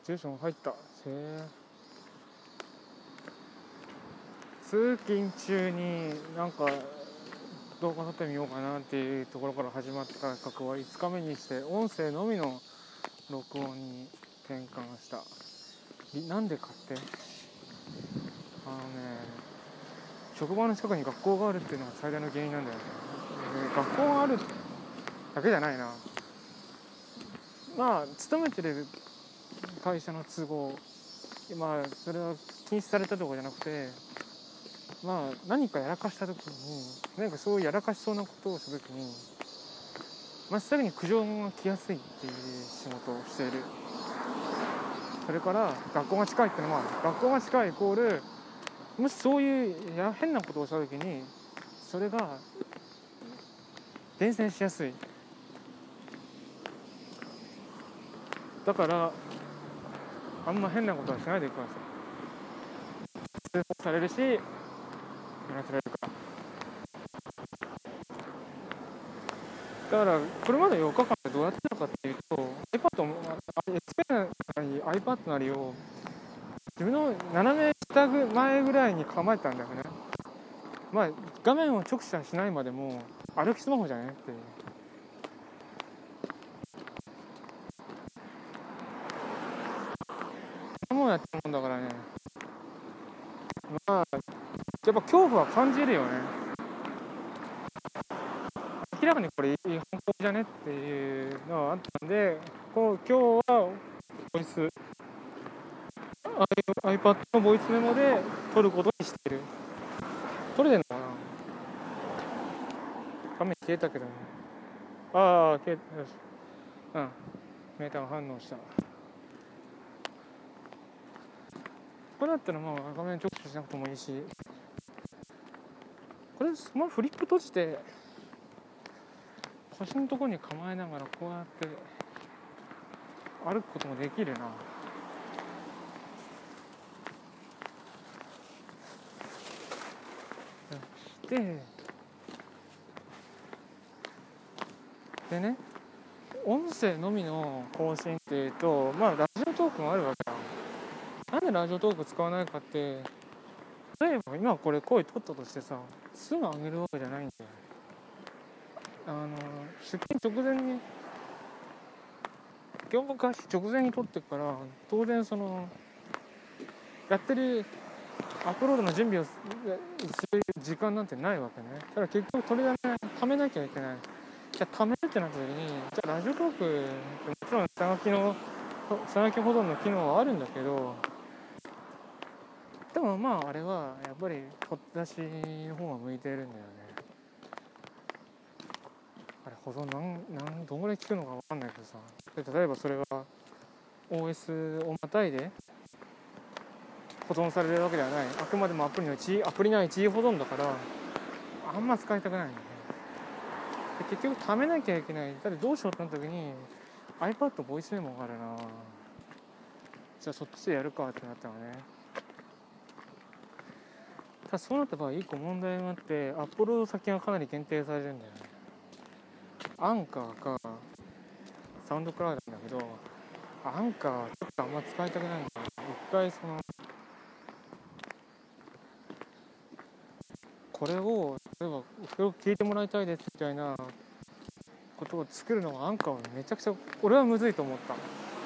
住所も入った。通勤中になんか動画撮ってみようかなっていうところから始まった企画は5日目にして音声のみの録音に転換した。なんでかって職場の近くに学校があるっていうのが最大の原因なんだよね。学校があるだけじゃないな。勤めてる会社の都合、それは禁止されたとかじゃなくて、何かやらかした時に、そういうやらかしそうなことをした時に真っ先に苦情が来やすいっていう仕事をしている。それから学校が近いってのは、学校が近いイコール、もしそういう変なことをした時にそれが伝染しやすい。だからあんま変なことはしないでください。通報されるしやらされるから。だからこれまで4日間でどうやってたかっていうと、 iPad も XP なり iPad なりを自分の斜め下前ぐらいに構えたんだよね。画面を直視しないまでも歩きスマホじゃねっていう。もうやったもんだからね。やっぱ恐怖は感じるよね。明らかにこれ違反行為じゃねっていうのはあったんで、今日はボイス iPad のボイスメモで撮ることにしてる。撮れてんのかな。画面消えたけどね。消えた。よし。メーターが反応した。これだったら画面直視しなくてもいいし、これスマホフリップ閉じて腰のところに構えながらこうやって歩くこともできるな。そしてでね、音声のみの更新っていうと、ラジオトークもあるわけだ。なんでラジオトーク使わないかって、例えば今これ声取ったとしてさ、すぐ上げるわけじゃないんだよ。出勤直前に、業務開始直前に撮ってから、当然そのやってるアップロードの準備をする時間なんてないわけね。だから結局取りだめ貯めなきゃいけない。じゃあ貯めるってなった時に、じゃあラジオトークもちろん下書き保存の機能はあるんだけど、でもあれはやっぱり取っ出しの方が向いてるんだよね。あれ保存どんぐらい効くのか分かんないけどさ、例えばそれが OS をまたいで保存されるわけではない。あくまでもアプリ内一時保存だからあんま使いたくないんだよね。で結局貯めなきゃいけない。だってどうしようってなった時に iPad ボイスメモがあるな。じゃあそっちでやるかってなったのね。ただそうなった場合1個問題があって、アップロード先がかなり限定されるんだよね。アンカーかサウンドクラウドなんだけど、アンカーはちょっとあんま使いたくないんだよ。一回これを例えばこれを聞いてもらいたいですみたいなことを作るのがアンカーはめちゃくちゃ俺はむずいと思った。だ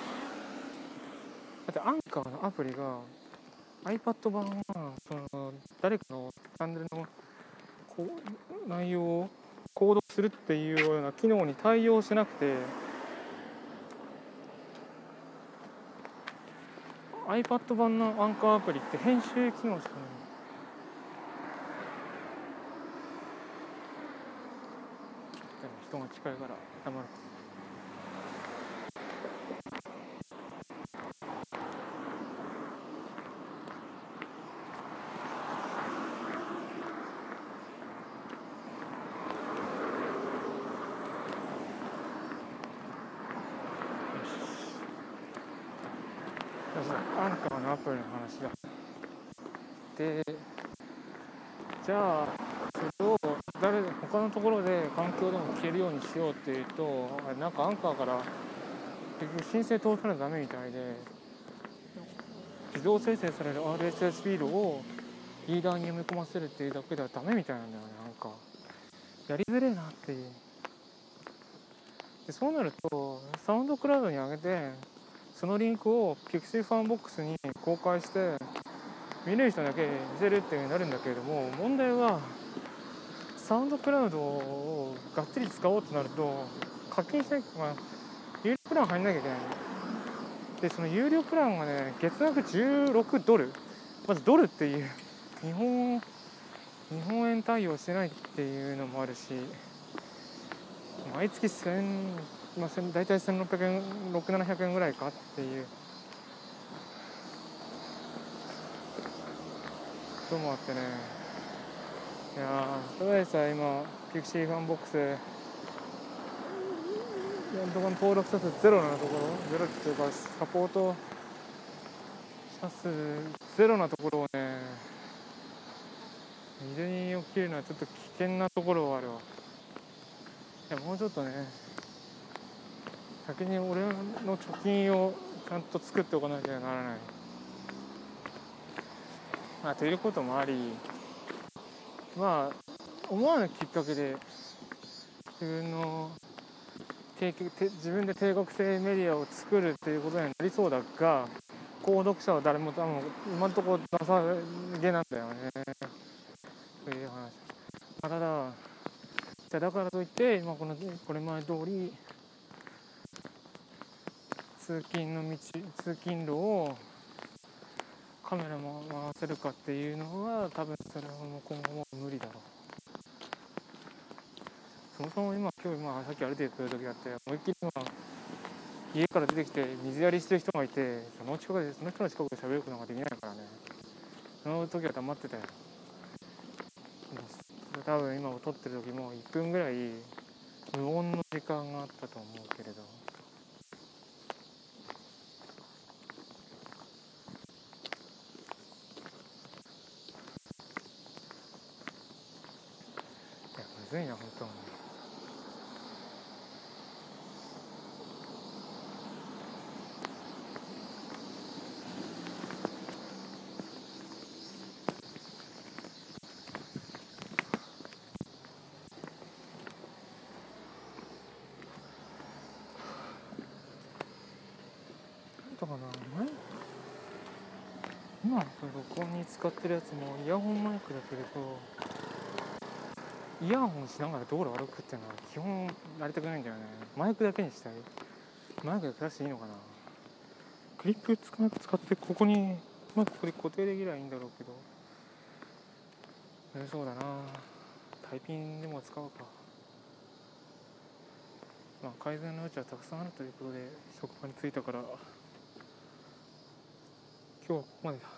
ってアンカーのアプリが iPad 版は誰かのチャンネルの内容を購読するっていうような機能に対応しなくて、 iPad 版のアンカーアプリって編集機能しかない。でも人が近いから黙る。アンカーのアプリの話だ。で、じゃあそれを他のところで環境でも聞けるようにしようっていうと、なんかアンカーから結局申請通さないとダメみたいで、 動生成される RSS フィードをリーダーに読み込ませるっていうだけではダメみたいなんだよね。なんかやりづれえなっていう。でそうなるとサウンドクラウドに上げてそのリンクをピクシーファンボックスに公開して見れる人だけ見せるっていう風になるんだけれども、問題はサウンドクラウドをがっつり使おうとなると課金しなきゃ、有料プラン入んなきゃいけないで、その有料プランがね月額16ドル、まずドルっていう日本円対応してないっていうのもあるし、毎月大体1600円600-700円ぐらいかっていうこともあってね。いやー、ただでさえ今ピクシーファンボックスどこの登録者数ゼロなところ、ゼロっていうかサポート者数ゼロなところをね水に起きるのはちょっと危険なところはあるわ。いやもうちょっとね先に俺の貯金をちゃんと作っておかなきゃならない、ということもあり、思わぬきっかけで自分で定額制メディアを作るっていうことになりそうだが、購読者は誰も多分今のところなさげなんだよねという話。ただだからといってこれまで通り通勤路をカメラも回せるかっていうのは多分それはもう今後も無理だろう。そもそも今日さっき歩いてくる時だって思いっきり家から出てきて水やりしてる人がいて、その人の近くで喋ることができないからね。その時は黙ってたよ。多分今撮ってる時も1分ぐらい無音の時間があったと思うけれど、いやむずいな本当に。だから今録音に使ってるやつもイヤホンマイクだけれど、イヤホンしながら道路を歩くっていうのは基本やりたくないんだよね。マイクだけにしたい。マイクで暮らしていいのかな。クリップ使ってここで固定できればいいんだろうけど、そうだな、タイピンでも使うか。改善の余地はたくさんあるということで職場に着いたから今日はここまでだ。